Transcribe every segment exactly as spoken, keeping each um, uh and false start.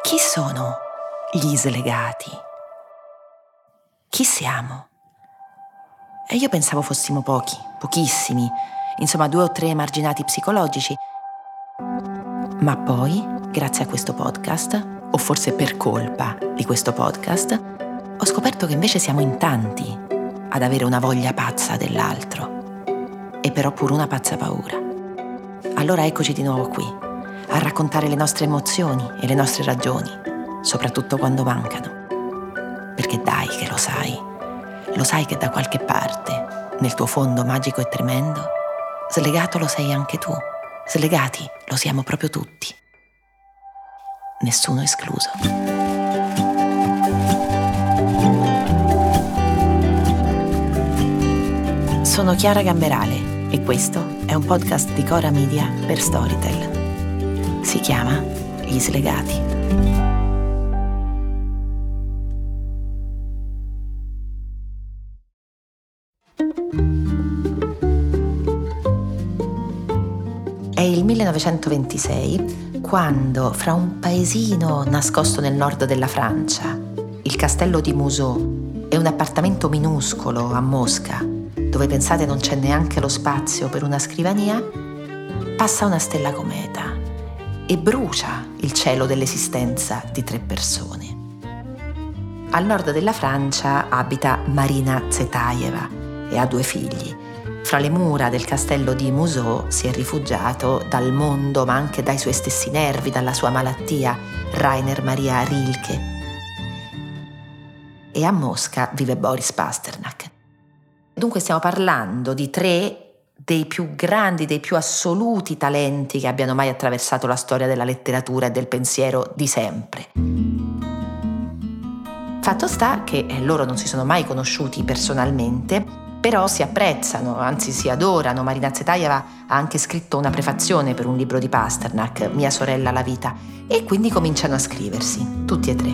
Chi sono gli slegati? Chi siamo? E io pensavo fossimo pochi, pochissimi, insomma due o tre emarginati psicologici. Ma poi, grazie a questo podcast, o forse per colpa di questo podcast, ho scoperto che invece siamo in tanti ad avere una voglia pazza dell'altro, e però pure una pazza paura. Allora eccoci di nuovo qui, a raccontare le nostre emozioni e le nostre ragioni, soprattutto quando mancano. Perché dai che lo sai, lo sai che da qualche parte, nel tuo fondo magico e tremendo, slegato lo sei anche tu, slegati lo siamo proprio tutti. Nessuno escluso. Sono Chiara Gamberale e questo è un podcast di Cora Media per Storytel. Si chiama Gli Slegati. È il millenovecentoventisei, quando fra un paesino nascosto nel nord della Francia, il castello di Mouzot e un appartamento minuscolo a Mosca, dove pensate non c'è neanche lo spazio per una scrivania, passa una stella cometa e brucia il cielo dell'esistenza di tre persone. Al nord della Francia abita Marina Tsvetaeva e ha due figli. Fra le mura del castello di Mouzot si è rifugiato dal mondo, ma anche dai suoi stessi nervi, dalla sua malattia, Rainer Maria Rilke. E a Mosca vive Boris Pasternak. Dunque stiamo parlando di tre dei più grandi, dei più assoluti talenti che abbiano mai attraversato la storia della letteratura e del pensiero di sempre. Fatto sta che loro non si sono mai conosciuti personalmente, però si apprezzano, anzi si adorano. Marina Tsvetaeva ha anche scritto una prefazione per un libro di Pasternak, Mia sorella la vita, e quindi cominciano a scriversi, tutti e tre.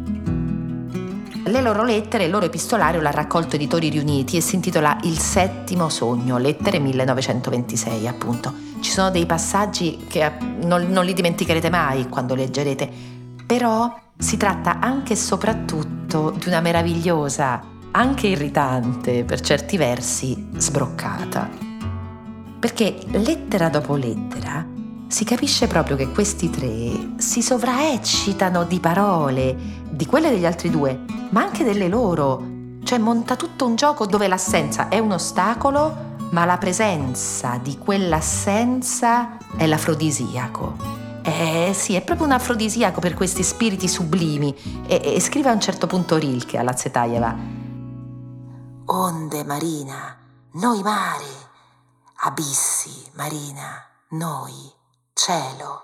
Le loro lettere, il loro epistolario l'ha raccolto Editori Riuniti e si intitola Il settimo sogno, lettere millenovecentoventisei appunto. Ci sono dei passaggi che non, non li dimenticherete mai quando leggerete, però si tratta anche e soprattutto di una meravigliosa, anche irritante, per certi versi, sbroccata. Perché lettera dopo lettera si capisce proprio che questi tre si sovraeccitano di parole, di quelle degli altri due, ma anche delle loro. Cioè monta tutto un gioco dove l'assenza è un ostacolo, ma la presenza di quell'assenza è l'afrodisiaco. Eh sì, è proprio un afrodisiaco per questi spiriti sublimi. E, e scrive a un certo punto Rilke alla Tsvetaeva: onde, Marina, noi mare, abissi, Marina, noi cielo.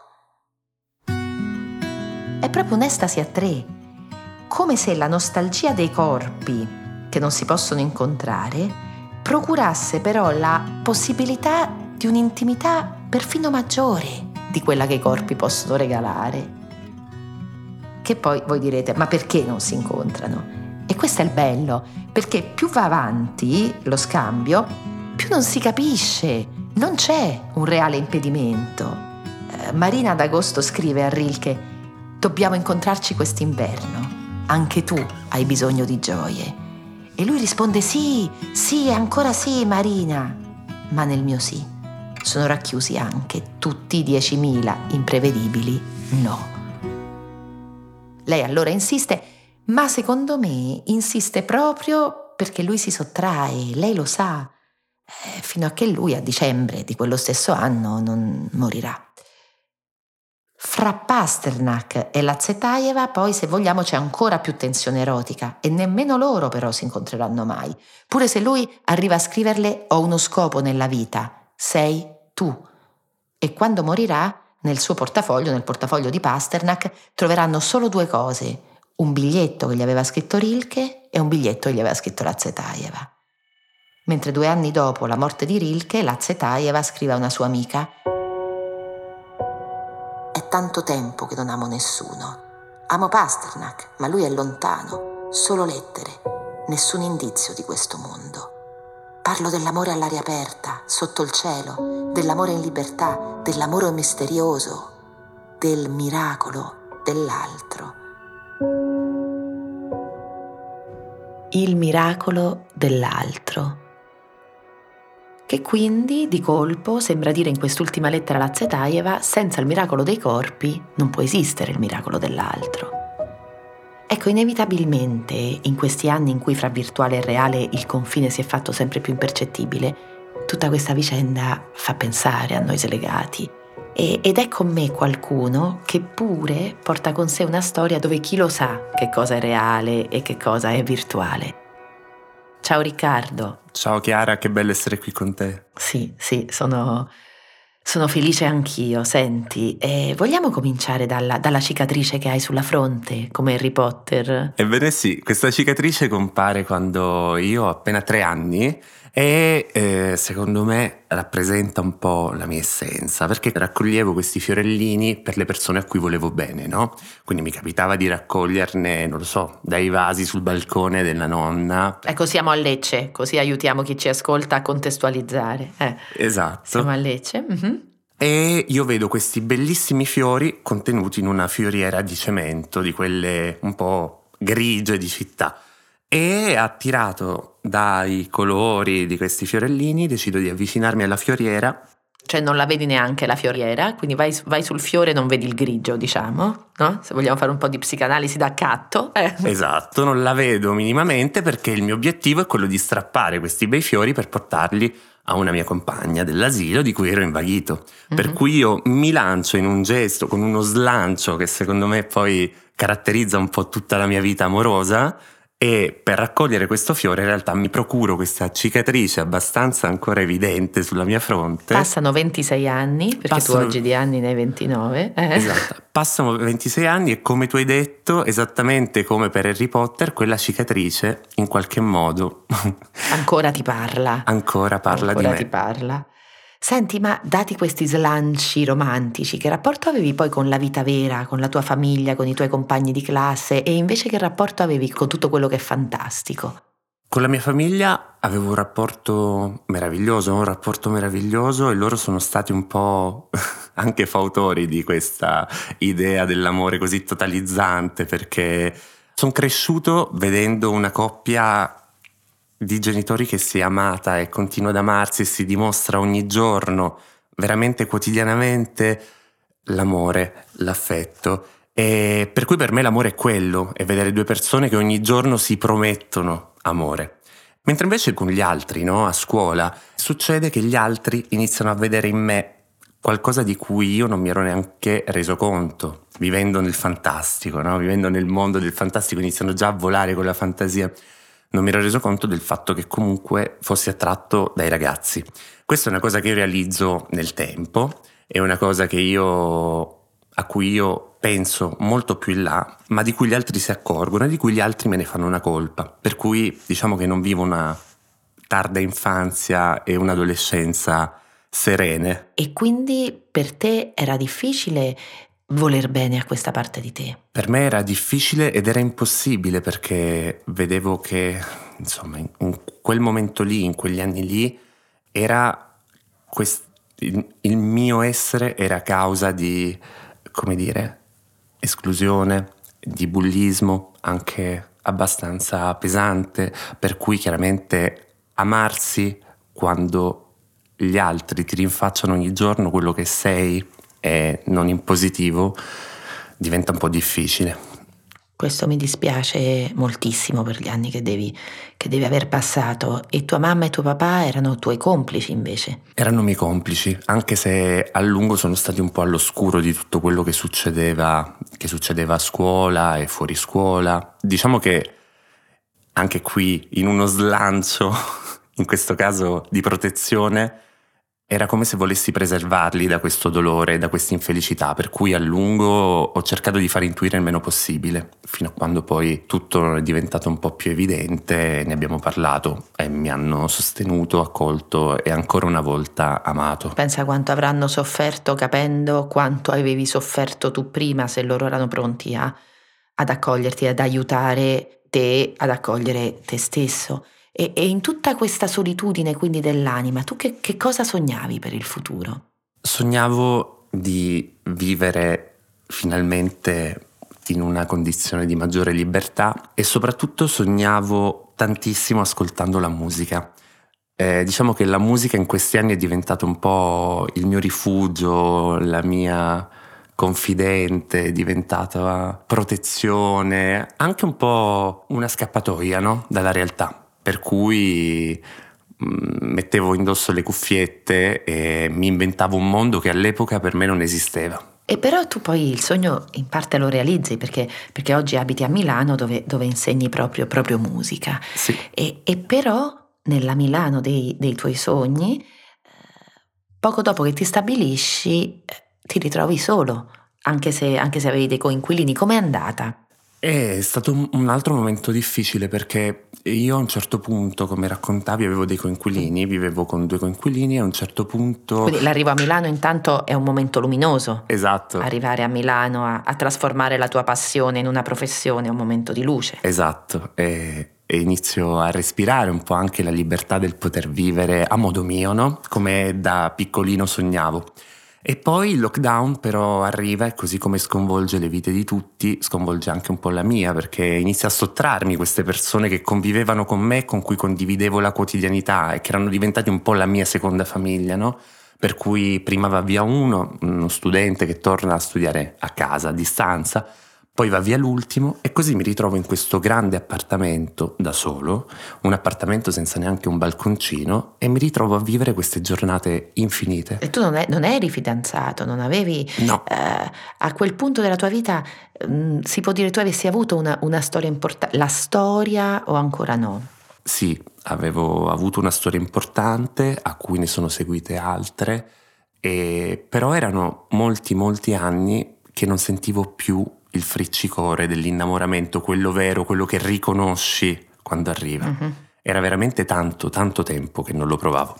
È proprio un'estasi a tre, come se la nostalgia dei corpi che non si possono incontrare procurasse però la possibilità di un'intimità perfino maggiore di quella che i corpi possono regalare. Che poi voi direte, ma perché non si incontrano? E questo è il bello, perché più va avanti lo scambio, più non si capisce, non c'è un reale impedimento. Eh, Marina ad agosto scrive a Rilke: dobbiamo incontrarci quest'inverno, anche tu hai bisogno di gioie. E lui risponde: sì, sì, ancora sì, Marina. Ma nel mio sì sono racchiusi anche tutti i diecimila imprevedibili no. Lei allora insiste, ma secondo me insiste proprio perché lui si sottrae, lei lo sa, eh, fino a che lui a dicembre di quello stesso anno non morirà. Fra Pasternak e la Tsvetaeva poi, se vogliamo, c'è ancora più tensione erotica e nemmeno loro però si incontreranno mai, pure se lui arriva a scriverle: ho uno scopo nella vita, sei tu. E quando morirà, nel suo portafoglio, nel portafoglio di Pasternak, troveranno solo due cose: un biglietto che gli aveva scritto Rilke e un biglietto che gli aveva scritto la Tsvetaeva. Mentre due anni dopo la morte di Rilke, la Tsvetaeva scrive a una sua amica: è tanto tempo che non amo nessuno. Amo Pasternak, ma lui è lontano. Solo lettere, nessun indizio di questo mondo. Parlo dell'amore all'aria aperta, sotto il cielo, dell'amore in libertà, dell'amore misterioso, del miracolo dell'altro. il miracolo dell'altro, che quindi di colpo sembra dire in quest'ultima lettera la Tsvetaeva: senza il miracolo dei corpi non può esistere il miracolo dell'altro. Ecco, inevitabilmente in questi anni in cui fra virtuale e reale il confine si è fatto sempre più impercettibile, tutta questa vicenda fa pensare a noi slegati. E, ed è con me qualcuno che pure porta con sé una storia dove chi lo sa che cosa è reale e che cosa è virtuale. Ciao Riccardo. Ciao Chiara, che bello essere qui con te. Sì, sì, sono, sono felice anch'io. Senti, eh, vogliamo cominciare dalla, dalla cicatrice che hai sulla fronte, come Harry Potter? Ebbene sì, questa cicatrice compare quando io ho appena tre anni e eh, secondo me rappresenta un po' la mia essenza, perché raccoglievo questi fiorellini per le persone a cui volevo bene, no? Quindi mi capitava di raccoglierne, non lo so, dai vasi sul balcone della nonna. Ecco, siamo a Lecce, così aiutiamo chi ci ascolta a contestualizzare. Eh, Esatto. Siamo a Lecce. Mm-hmm. E io vedo questi bellissimi fiori contenuti in una fioriera di cemento, di quelle un po' grigie di città. E attirato dai colori di questi fiorellini decido di avvicinarmi alla fioriera. Cioè non la vedi neanche la fioriera, quindi vai, vai sul fiore e non vedi il grigio, diciamo, no? Se vogliamo fare un po' di psicanalisi d'accatto. Eh. Esatto, non la vedo minimamente perché il mio obiettivo è quello di strappare questi bei fiori per portarli a una mia compagna dell'asilo di cui ero invaghito. Mm-hmm. Per cui io mi lancio in un gesto, con uno slancio che secondo me poi caratterizza un po' tutta la mia vita amorosa, e per raccogliere questo fiore in realtà mi procuro questa cicatrice abbastanza ancora evidente sulla mia fronte. Passano ventisei anni, perché Passano... tu oggi di anni ne hai ventinove. Eh. Esatto, passano ventisei anni e come tu hai detto, esattamente come per Harry Potter, quella cicatrice in qualche modo ancora ti parla. Ancora parla ancora di me. ti parla. Senti, ma dati questi slanci romantici, che rapporto avevi poi con la vita vera, con la tua famiglia, con i tuoi compagni di classe, e invece che rapporto avevi con tutto quello che è fantastico? Con la mia famiglia avevo un rapporto meraviglioso, un rapporto meraviglioso e loro sono stati un po' anche fautori di questa idea dell'amore così totalizzante, perché sono cresciuto vedendo una coppia di genitori che si è amata e continua ad amarsi e si dimostra ogni giorno, veramente quotidianamente, l'amore, l'affetto. E per cui per me l'amore è quello, è vedere due persone che ogni giorno si promettono amore. Mentre invece con gli altri, no, a scuola, succede che gli altri iniziano a vedere in me qualcosa di cui io non mi ero neanche reso conto, vivendo nel fantastico, no? Vivendo nel mondo del fantastico, iniziano già a volare con la fantasia. Non mi ero reso conto del fatto che comunque fossi attratto dai ragazzi. Questa è una cosa che io realizzo nel tempo, è una cosa che io, a cui io penso molto più in là, ma di cui gli altri si accorgono e di cui gli altri me ne fanno una colpa. Per cui diciamo che non vivo una tarda infanzia e un'adolescenza serene. E quindi per te era difficile voler bene a questa parte di te? Per me era difficile ed era impossibile, perché vedevo che, insomma, in quel momento lì, in quegli anni lì, era quest- il, il mio essere era causa di, come dire, esclusione, di bullismo, anche abbastanza pesante, per cui chiaramente amarsi quando gli altri ti rinfacciano ogni giorno quello che sei e non in positivo diventa un po' difficile. Questo mi dispiace moltissimo per gli anni che devi, che devi aver passato. E tua mamma e tuo papà erano tuoi complici invece? Erano miei complici, anche se a lungo sono stati un po' all'oscuro di tutto quello che succedeva, che succedeva a scuola e fuori scuola. Diciamo che anche qui, in uno slancio, in questo caso di protezione, era come se volessi preservarli da questo dolore, da questa infelicità, per cui a lungo ho cercato di far intuire il meno possibile, fino a quando poi tutto è diventato un po' più evidente, ne abbiamo parlato e mi hanno sostenuto, accolto e ancora una volta amato. Pensa quanto avranno sofferto capendo quanto avevi sofferto tu prima, se loro erano pronti a, ad accoglierti, ad aiutare te, ad accogliere te stesso. E, e in tutta questa solitudine quindi dell'anima, tu che, che cosa sognavi per il futuro? Sognavo di vivere finalmente in una condizione di maggiore libertà e soprattutto sognavo tantissimo ascoltando la musica. Eh, diciamo che la musica in questi anni è diventata un po' il mio rifugio, la mia confidente, è diventata protezione, anche un po' una scappatoia, no? Dalla realtà. Per cui mh, mettevo indosso le cuffiette e mi inventavo un mondo che all'epoca per me non esisteva. E però tu poi il sogno in parte lo realizzi perché, perché oggi abiti a Milano dove, dove insegni proprio, proprio musica. Sì. E, e però nella Milano dei, dei tuoi sogni, poco dopo che ti stabilisci, ti ritrovi solo, anche se, anche se avevi dei coinquilini. Com'è andata? È stato un- un altro momento difficile perché io a un certo punto, come raccontavi, avevo dei coinquilini, vivevo con due coinquilini e a un certo punto... Quindi l'arrivo a Milano intanto è un momento luminoso. Esatto. Arrivare a Milano a, a trasformare la tua passione in una professione è un momento di luce. Esatto, e, e inizio a respirare un po' anche la libertà del poter vivere a modo mio, no? Come da piccolino sognavo. E poi il lockdown però arriva e così come sconvolge le vite di tutti, sconvolge anche un po' la mia, perché inizia a sottrarmi queste persone che convivevano con me, con cui condividevo la quotidianità e che erano diventati un po' la mia seconda famiglia, no? Per cui prima va via uno, uno studente che torna a studiare a casa a distanza, poi va via l'ultimo e così mi ritrovo in questo grande appartamento da solo, un appartamento senza neanche un balconcino, e mi ritrovo a vivere queste giornate infinite. E tu non, è- non eri fidanzato, non avevi... No, eh, a quel punto della tua vita mm, si può dire tu avessi avuto una, una storia importante, la storia o ancora no? sì, avevo avuto una storia importante a cui ne sono seguite altre, e però erano molti molti anni che non sentivo più il friccicore dell'innamoramento, quello vero, quello che riconosci quando arriva. Mhm. Era veramente tanto, tanto tempo che non lo provavo.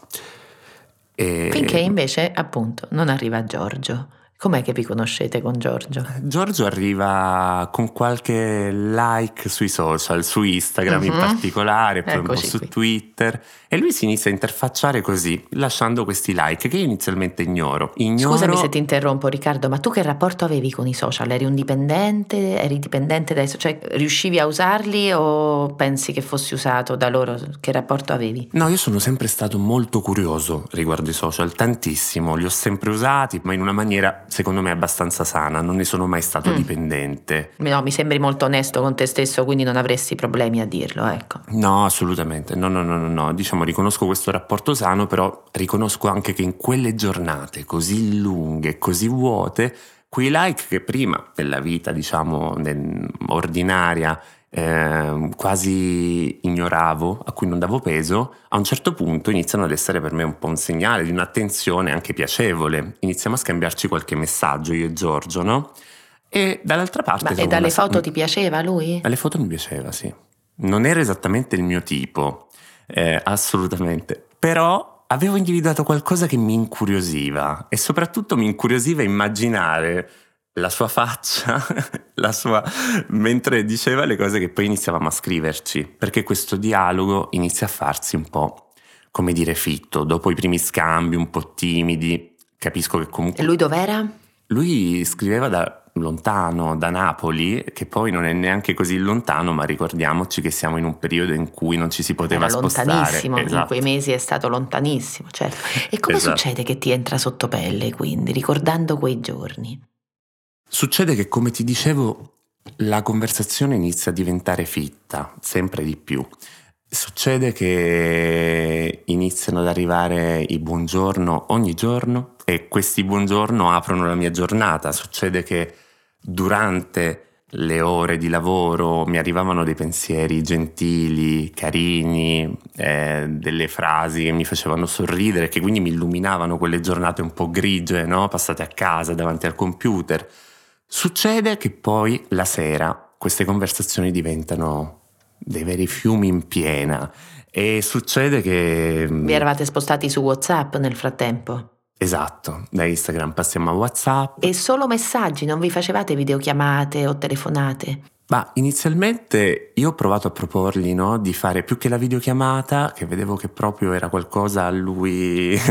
E Finché invece, appunto, non arriva Giorgio. Com'è che vi conoscete con Giorgio? Giorgio arriva con qualche like sui social, su Instagram in Mhm. particolare, poi un po' Eccoci su qui. Twitter, e lui si inizia a interfacciare così, lasciando questi like che io inizialmente ignoro. Ignoro. Scusami se ti interrompo, Riccardo, ma tu che rapporto avevi con i social? Eri un dipendente? Eri dipendente dai social? Cioè, riuscivi a usarli o pensi che fossi usato da loro? Che rapporto avevi? No, io sono sempre stato molto curioso riguardo i social, tantissimo, li ho sempre usati, ma in una maniera secondo me abbastanza sana, non ne sono mai stato Mm. dipendente. No, mi sembri molto onesto con te stesso, quindi non avresti problemi a dirlo, ecco. No, assolutamente, no, no, no, no, no, diciamo riconosco questo rapporto sano, però riconosco anche che in quelle giornate così lunghe, così vuote, quei like che prima nella vita, diciamo, nel- ordinaria, eh, quasi ignoravo, a cui non davo peso, a un certo punto iniziano ad essere per me un po' un segnale di un'attenzione anche piacevole. Iniziamo a scambiarci qualche messaggio io e Giorgio, no? E dall'altra parte... Ma e c'è dalle una- foto ti piaceva lui? Dalle foto mi piaceva, sì. Non era esattamente il mio tipo, eh, assolutamente, però avevo individuato qualcosa che mi incuriosiva e soprattutto mi incuriosiva immaginare la sua faccia, la sua... mentre diceva le cose che poi iniziavamo a scriverci, perché questo dialogo inizia a farsi un po', come dire, fitto, dopo i primi scambi un po' timidi, capisco che comunque... E lui dov'era? Lui scriveva da lontano, da Napoli, che poi non è neanche così lontano, ma ricordiamoci che siamo in un periodo in cui non ci si poteva Era spostare. lontanissimo, in Esatto. quei mesi è stato lontanissimo, certo. E come Esatto. succede che ti entra sotto pelle, quindi, ricordando quei giorni? Succede che, come ti dicevo, la conversazione inizia a diventare fitta, sempre di più. Succede che iniziano ad arrivare i buongiorno ogni giorno e questi buongiorno aprono la mia giornata. Succede che durante le ore di lavoro mi arrivavano dei pensieri gentili, carini, eh, delle frasi che mi facevano sorridere, che quindi mi illuminavano quelle giornate un po' grigie, no? Passate a casa davanti al computer. Succede che poi la sera queste conversazioni diventano dei veri fiumi in piena e succede che... Vi eravate spostati su WhatsApp nel frattempo? Esatto, da Instagram passiamo a WhatsApp. E solo messaggi, non vi facevate videochiamate o telefonate? Ma inizialmente io ho provato a proporgli, no, di fare più che la videochiamata, che vedevo che proprio era qualcosa a lui,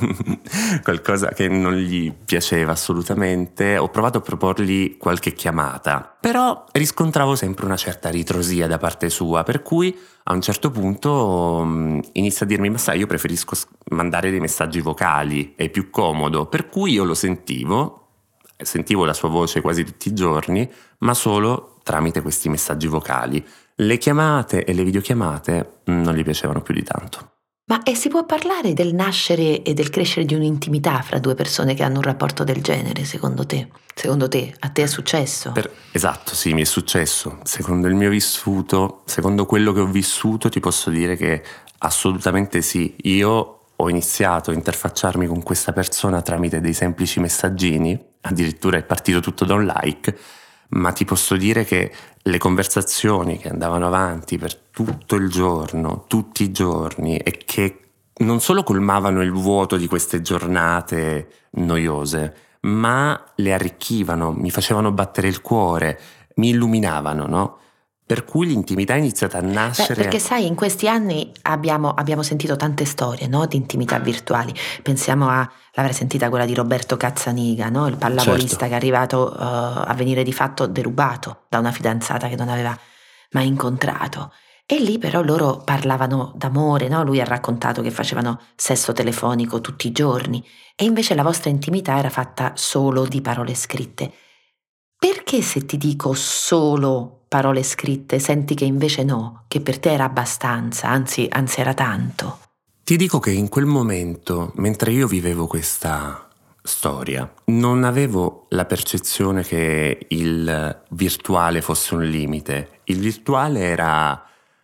qualcosa che non gli piaceva assolutamente. Ho provato a proporgli qualche chiamata, però riscontravo sempre una certa ritrosia da parte sua, per cui a un certo punto um, inizia a dirmi: ma sai, io preferisco mandare dei messaggi vocali, è più comodo. Per cui io lo sentivo, sentivo la sua voce quasi tutti i giorni, ma solo tramite questi messaggi vocali. Le chiamate e le videochiamate non gli piacevano più di tanto. Ma e si può parlare del nascere e del crescere di un'intimità fra due persone che hanno un rapporto del genere, secondo te? Secondo te? A te è successo? Per, esatto, sì, mi è successo. Secondo il mio vissuto, secondo quello che ho vissuto, ti posso dire che assolutamente sì. Io ho iniziato a interfacciarmi con questa persona tramite dei semplici messaggini, addirittura è partito tutto da un like, ma ti posso dire che le conversazioni che andavano avanti per tutto il giorno, tutti i giorni, e che non solo colmavano il vuoto di queste giornate noiose, ma le arricchivano, mi facevano battere il cuore, mi illuminavano, no? Per cui l'intimità è iniziata a nascere. Beh, perché sai, in questi anni abbiamo, abbiamo sentito tante storie, no, di intimità virtuali. Pensiamo a, l'avrei sentita quella di Roberto Cazzaniga, no? Il pallavolista, certo, che è arrivato uh, a venire di fatto derubato da una fidanzata che non aveva mai incontrato. E lì però loro parlavano d'amore, no? Lui ha raccontato che facevano sesso telefonico tutti i giorni, e invece la vostra intimità era fatta solo di parole scritte. Perché se ti dico solo parole scritte senti che invece no, che per te era abbastanza, anzi, anzi era tanto? Ti dico che in quel momento, mentre io vivevo questa storia, non avevo la percezione che il virtuale fosse un limite. Il virtuale era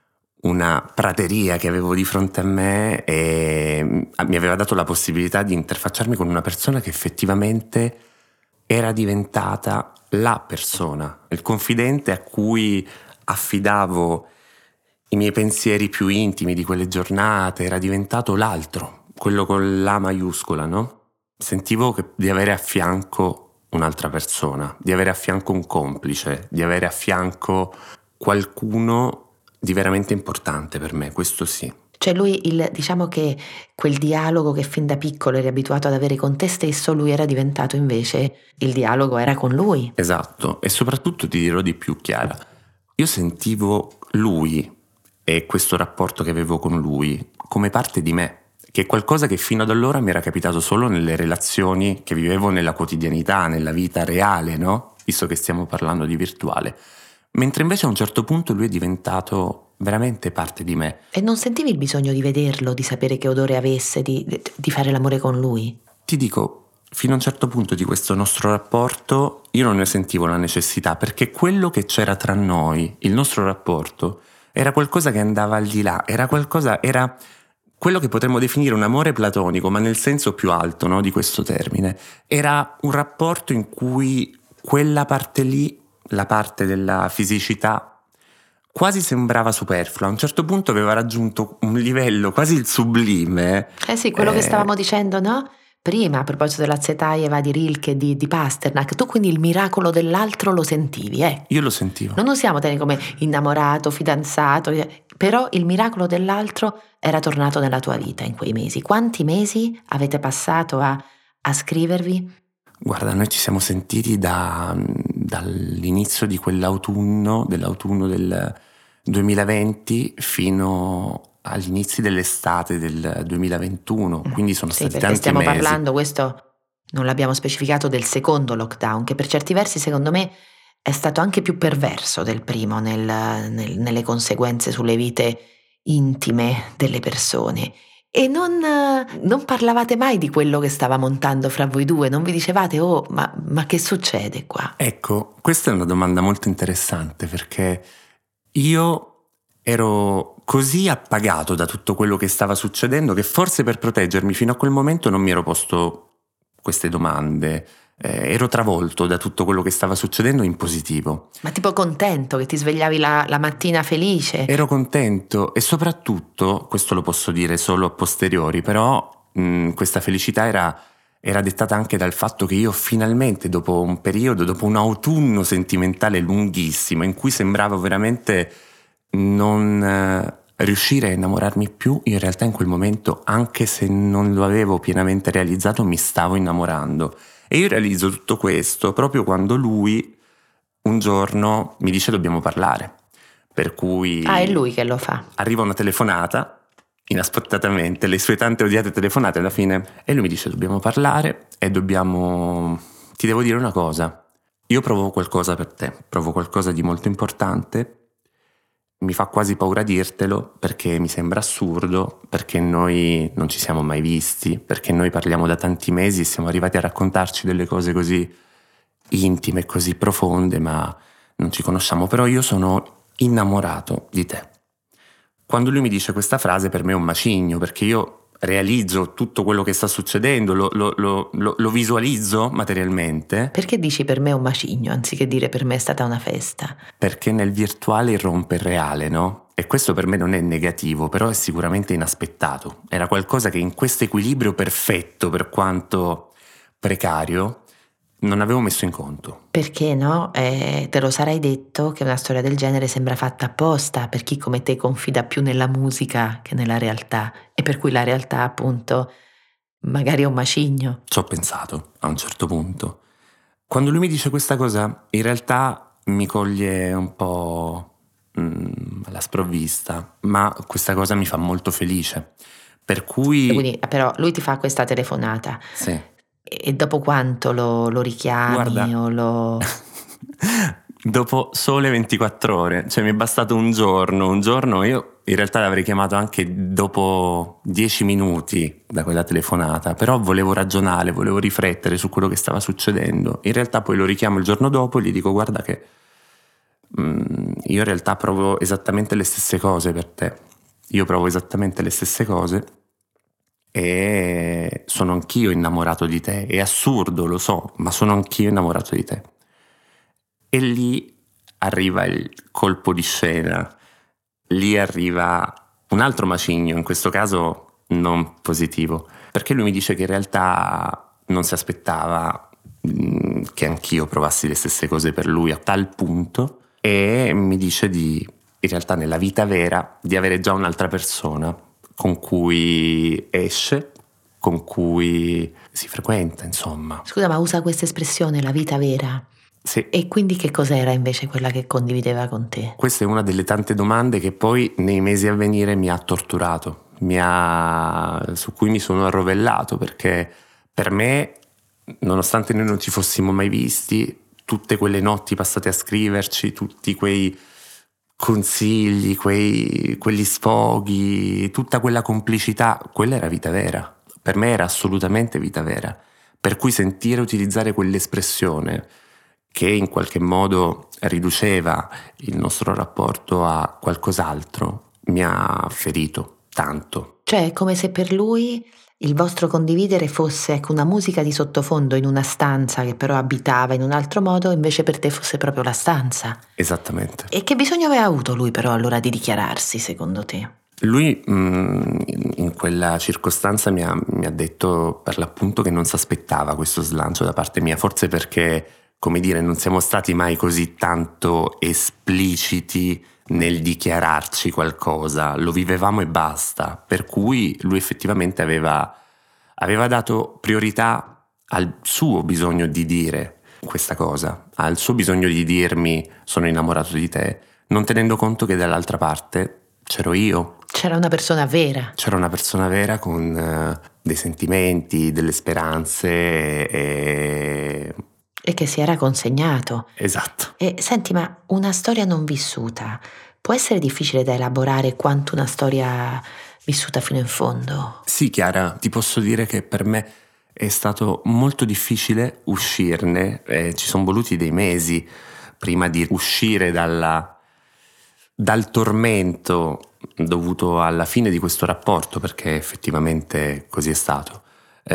una prateria che avevo di fronte a me e mi aveva dato la possibilità di interfacciarmi con una persona che effettivamente era diventata la persona, il confidente a cui affidavo i miei pensieri più intimi di quelle giornate, era diventato l'altro, quello con la maiuscola, no? Sentivo che, di avere a fianco un'altra persona, di avere a fianco un complice, di avere a fianco qualcuno di veramente importante per me, questo sì. Cioè lui, il, diciamo che quel dialogo che fin da piccolo eri abituato ad avere con te stesso, lui era diventato invece, il dialogo era con lui. Esatto, e soprattutto ti dirò di più, Chiara. Io sentivo lui e questo rapporto che avevo con lui come parte di me, che è qualcosa che fino ad allora mi era capitato solo nelle relazioni che vivevo nella quotidianità, nella vita reale, no? Visto che stiamo parlando di virtuale. Mentre invece a un certo punto lui è diventato veramente parte di me. E non sentivi il bisogno di vederlo, di sapere che odore avesse, di, di fare l'amore con lui? Ti dico, fino a un certo punto di questo nostro rapporto io non ne sentivo la necessità, perché quello che c'era tra noi, il nostro rapporto, era qualcosa che andava al di là, era qualcosa, era quello che potremmo definire un amore platonico, ma nel senso più alto, no, di questo termine. Era un rapporto in cui quella parte lì, la parte della fisicità, quasi sembrava superflua. A un certo punto aveva raggiunto un livello quasi il sublime. Eh sì, quello eh... che stavamo dicendo, no? Prima, a proposito della Tsvetaeva di Rilke e di, di Pasternak, tu quindi il miracolo dell'altro lo sentivi, eh? Io lo sentivo. Non usiamo te come innamorato, fidanzato, però il miracolo dell'altro era tornato nella tua vita in quei mesi. Quanti mesi avete passato a, a scrivervi? Guarda, noi ci siamo sentiti da, dall'inizio di quell'autunno, dell'autunno del duemilaventi fino agli inizi dell'estate del duemilaventuno, quindi sono sì, stati tanti mesi. Stiamo parlando, questo non l'abbiamo specificato, del secondo lockdown, che per certi versi secondo me è stato anche più perverso del primo nel, nel, nelle conseguenze sulle vite intime delle persone. E non, non parlavate mai di quello che stava montando fra voi due? Non vi dicevate, oh, ma, ma che succede qua? Ecco, questa è una domanda molto interessante, perché io ero così appagato da tutto quello che stava succedendo che forse per proteggermi fino a quel momento non mi ero posto queste domande. Eh, ero travolto da tutto quello che stava succedendo in positivo. Ma tipo contento, che ti svegliavi la, la mattina felice? Ero contento e soprattutto, questo lo posso dire solo a posteriori, però mh, questa felicità era, era dettata anche dal fatto che io finalmente, dopo un periodo, dopo un autunno sentimentale lunghissimo, in cui sembrava veramente non eh, riuscire a innamorarmi più, io in realtà in quel momento, anche se non lo avevo pienamente realizzato, mi stavo innamorando. E io realizzo tutto questo proprio quando lui un giorno mi dice dobbiamo parlare. Per cui Ah, è lui che lo fa. arriva una telefonata, inaspettatamente, le sue tante odiate telefonate alla fine, e lui mi dice dobbiamo parlare e dobbiamo... Ti devo dire una cosa, io provo qualcosa per te, provo qualcosa di molto importante, mi fa quasi paura dirtelo perché mi sembra assurdo, perché noi non ci siamo mai visti, perché noi parliamo da tanti mesi e siamo arrivati a raccontarci delle cose così intime, così profonde, ma non ci conosciamo, però io sono innamorato di te. Quando lui mi dice questa frase per me è un macigno, perché io realizzo tutto quello che sta succedendo, lo, lo, lo, lo, lo visualizzo materialmente. Perché dici per me è un macigno anziché dire per me è stata una festa? Perché nel virtuale irrompe il reale, no? E questo per me non è negativo, però è sicuramente inaspettato. Era qualcosa che in questo equilibrio perfetto, per quanto precario, non avevo messo in conto. Perché no? Eh, te lo sarai detto che una storia del genere sembra fatta apposta per chi come te confida più nella musica che nella realtà e per cui la realtà appunto magari è un macigno. Ci ho pensato a un certo punto. Quando lui mi dice questa cosa, in realtà mi coglie un po' mm, alla sprovvista, ma questa cosa mi fa molto felice. Per cui... Quindi, però lui ti fa questa telefonata. Sì. E dopo quanto lo, lo richiami? Guarda, o lo... dopo sole ventiquattro ore, cioè mi è bastato un giorno, un giorno io in realtà l'avrei chiamato anche dopo dieci minuti da quella telefonata, però volevo ragionare, volevo riflettere su quello che stava succedendo. In realtà poi lo richiamo il giorno dopo e gli dico guarda che mm, io in realtà provo esattamente le stesse cose per te, io provo esattamente le stesse cose e sono anch'io innamorato di te, è assurdo, lo so, ma sono anch'io innamorato di te. E lì arriva il colpo di scena, lì arriva un altro macigno, in questo caso non positivo, perché lui mi dice che in realtà non si aspettava mh, che anch'io provassi le stesse cose per lui a tal punto, e mi dice di, in realtà nella vita vera, di avere già un'altra persona con cui esce, con cui si frequenta, insomma. Scusa, ma usa questa espressione, la vita vera? Sì. E quindi che cos'era invece quella che condivideva con te? Questa è una delle tante domande che poi nei mesi a venire mi ha torturato, mi ha... su cui mi sono arrovellato, perché per me, nonostante noi non ci fossimo mai visti, tutte quelle notti passate a scriverci, tutti quei consigli, quei, quegli sfoghi, tutta quella complicità, quella era vita vera. Per me era assolutamente vita vera. Per cui sentire utilizzare quell'espressione che in qualche modo riduceva il nostro rapporto a qualcos'altro mi ha ferito tanto. Cioè è come se per lui il vostro condividere fosse ecco, una musica di sottofondo in una stanza che però abitava in un altro modo, invece per te fosse proprio la stanza. Esattamente. E che bisogno aveva avuto lui però allora di dichiararsi, secondo te? Lui mh, in quella circostanza mi ha, mi ha detto per l'appunto che non si aspettava questo slancio da parte mia, forse perché, come dire, non siamo stati mai così tanto espliciti nel dichiararci qualcosa, lo vivevamo e basta, per cui lui effettivamente aveva, aveva dato priorità al suo bisogno di dire questa cosa, al suo bisogno di dirmi sono innamorato di te, non tenendo conto che dall'altra parte c'ero io. C'era una persona vera. C'era una persona vera con uh, dei sentimenti, delle speranze e... E che si era consegnato. Esatto. E senti, ma una storia non vissuta può essere difficile da elaborare quanto una storia vissuta fino in fondo? Sì, Chiara, ti posso dire che per me è stato molto difficile uscirne, eh, ci sono voluti dei mesi prima di uscire dalla, dal tormento dovuto alla fine di questo rapporto, perché effettivamente così è stato.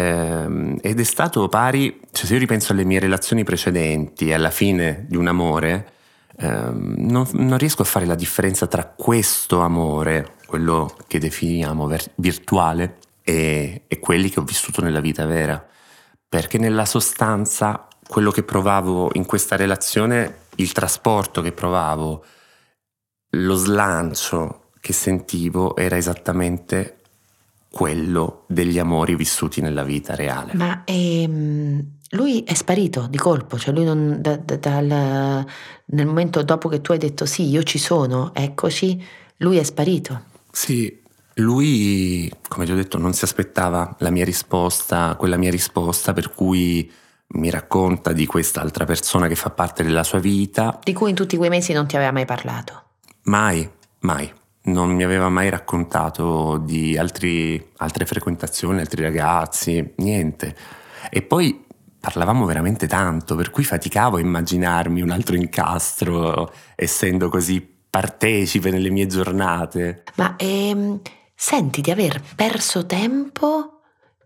Eh, ed è stato pari, cioè se io ripenso alle mie relazioni precedenti e alla fine di un amore, eh, non, non riesco a fare la differenza tra questo amore, quello che definiamo ver- virtuale, e, e quelli che ho vissuto nella vita vera, perché nella sostanza quello che provavo in questa relazione, il trasporto che provavo, lo slancio che sentivo era esattamente quello degli amori vissuti nella vita reale. Ma ehm, lui è sparito di colpo, cioè lui non, da, da, dal, nel momento dopo che tu hai detto sì, io ci sono, eccoci, lui è sparito. Sì, lui, come ti ho detto, non si aspettava la mia risposta, quella mia risposta, per cui mi racconta di quest'altra persona che fa parte della sua vita. Di cui in tutti quei mesi non ti aveva mai parlato. Mai, mai. Non mi aveva mai raccontato di altri, altre frequentazioni, altri ragazzi, niente. E poi parlavamo veramente tanto, per cui faticavo a immaginarmi un altro incastro, essendo così partecipe nelle mie giornate. Ma ehm, senti di aver perso tempo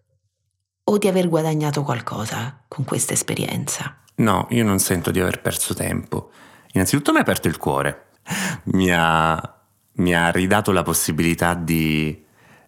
o di aver guadagnato qualcosa con questa esperienza? No, io non sento di aver perso tempo. Innanzitutto mi ha aperto il cuore, mi ha... mi ha ridato la possibilità di,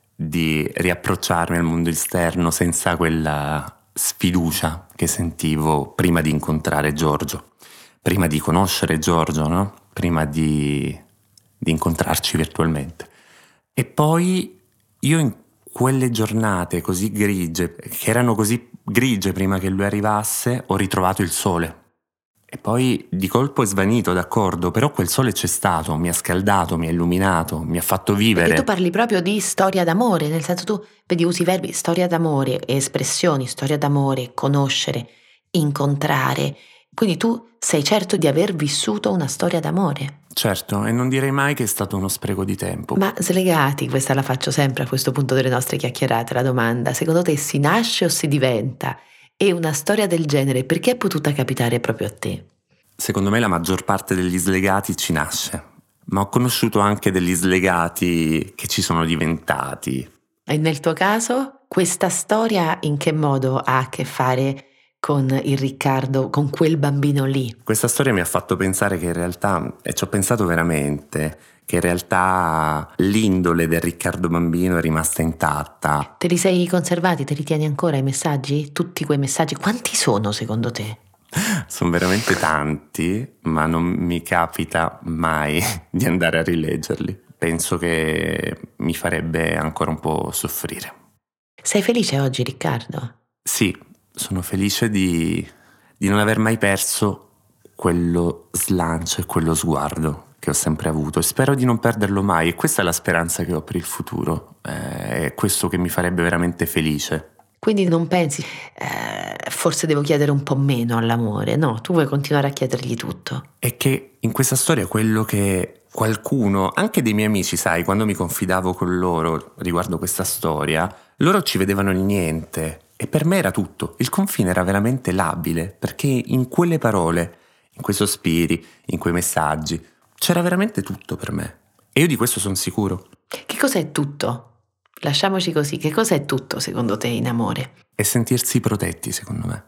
di riapprocciarmi al mondo esterno senza quella sfiducia che sentivo prima di incontrare Giorgio, prima di conoscere Giorgio, no? Prima di, di incontrarci virtualmente. E poi io in quelle giornate così grigie, che erano così grigie prima che lui arrivasse, ho ritrovato il sole. E poi di colpo è svanito, d'accordo, però quel sole c'è stato, mi ha scaldato, mi ha illuminato, mi ha fatto vivere. Perché tu parli proprio di storia d'amore, nel senso tu vedi, usi verbi storia d'amore e espressioni, storia d'amore, conoscere, incontrare. Quindi tu sei certo di aver vissuto una storia d'amore. Certo, e non direi mai che è stato uno spreco di tempo. Ma slegati, questa la faccio sempre a questo punto delle nostre chiacchierate, la domanda, secondo te si nasce o si diventa? E una storia del genere perché è potuta capitare proprio a te? Secondo me la maggior parte degli slegati ci nasce, ma ho conosciuto anche degli slegati che ci sono diventati. E nel tuo caso, questa storia in che modo ha a che fare con il Riccardo, con quel bambino lì? Questa storia mi ha fatto pensare che in realtà, e ci ho pensato veramente, che in realtà l'indole del Riccardo bambino è rimasta intatta. Te li sei conservati, te li tieni ancora i messaggi? Tutti quei messaggi, quanti sono secondo te? Sono veramente tanti, ma non mi capita mai di andare a rileggerli. Penso che mi farebbe ancora un po' soffrire. Sei felice oggi, Riccardo? Sì, sono felice di, di non aver mai perso quello slancio e quello sguardo che ho sempre avuto e spero di non perderlo mai, e questa è la speranza che ho per il futuro, eh, è questo che mi farebbe veramente felice. Quindi non pensi, eh, forse devo chiedere un po' meno all'amore, no? Tu vuoi continuare a chiedergli tutto. È che in questa storia quello che qualcuno, anche dei miei amici, sai, quando mi confidavo con loro riguardo questa storia, loro ci vedevano il niente e per me era tutto. Il confine era veramente labile, perché in quelle parole, in quei sospiri, in quei messaggi, c'era veramente tutto per me. E io di questo sono sicuro. Che cos'è tutto? Lasciamoci così, che cos'è tutto secondo te in amore? E sentirsi protetti, secondo me.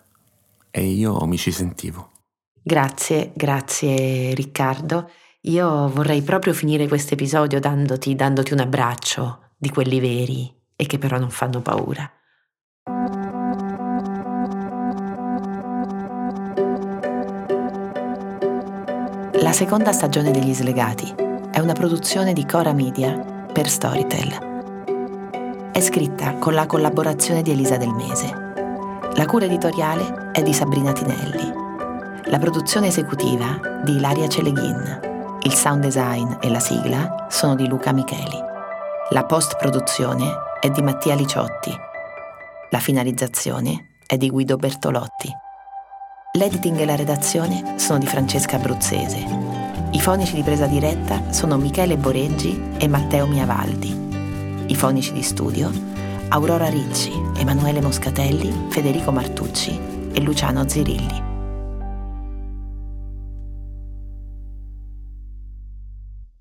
E io mi ci sentivo. Grazie, grazie Riccardo. Io vorrei proprio finire questo episodio dandoti, dandoti un abbraccio di quelli veri e che però non fanno paura. La seconda stagione degli Slegati è una produzione di Cora Media per Storytel. È scritta con la collaborazione di Elisa Del Mese. La cura editoriale è di Sabrina Tinelli. La produzione esecutiva di Ilaria Celeghin. Il sound design e la sigla sono di Luca Micheli. La post-produzione è di Mattia Liciotti. La finalizzazione è di Guido Bertolotti. L'editing e la redazione sono di Francesca Abruzzese. I fonici di presa diretta sono Michele Boreggi e Matteo Miavaldi. I fonici di studio, Aurora Ricci, Emanuele Moscatelli, Federico Martucci e Luciano Zirilli.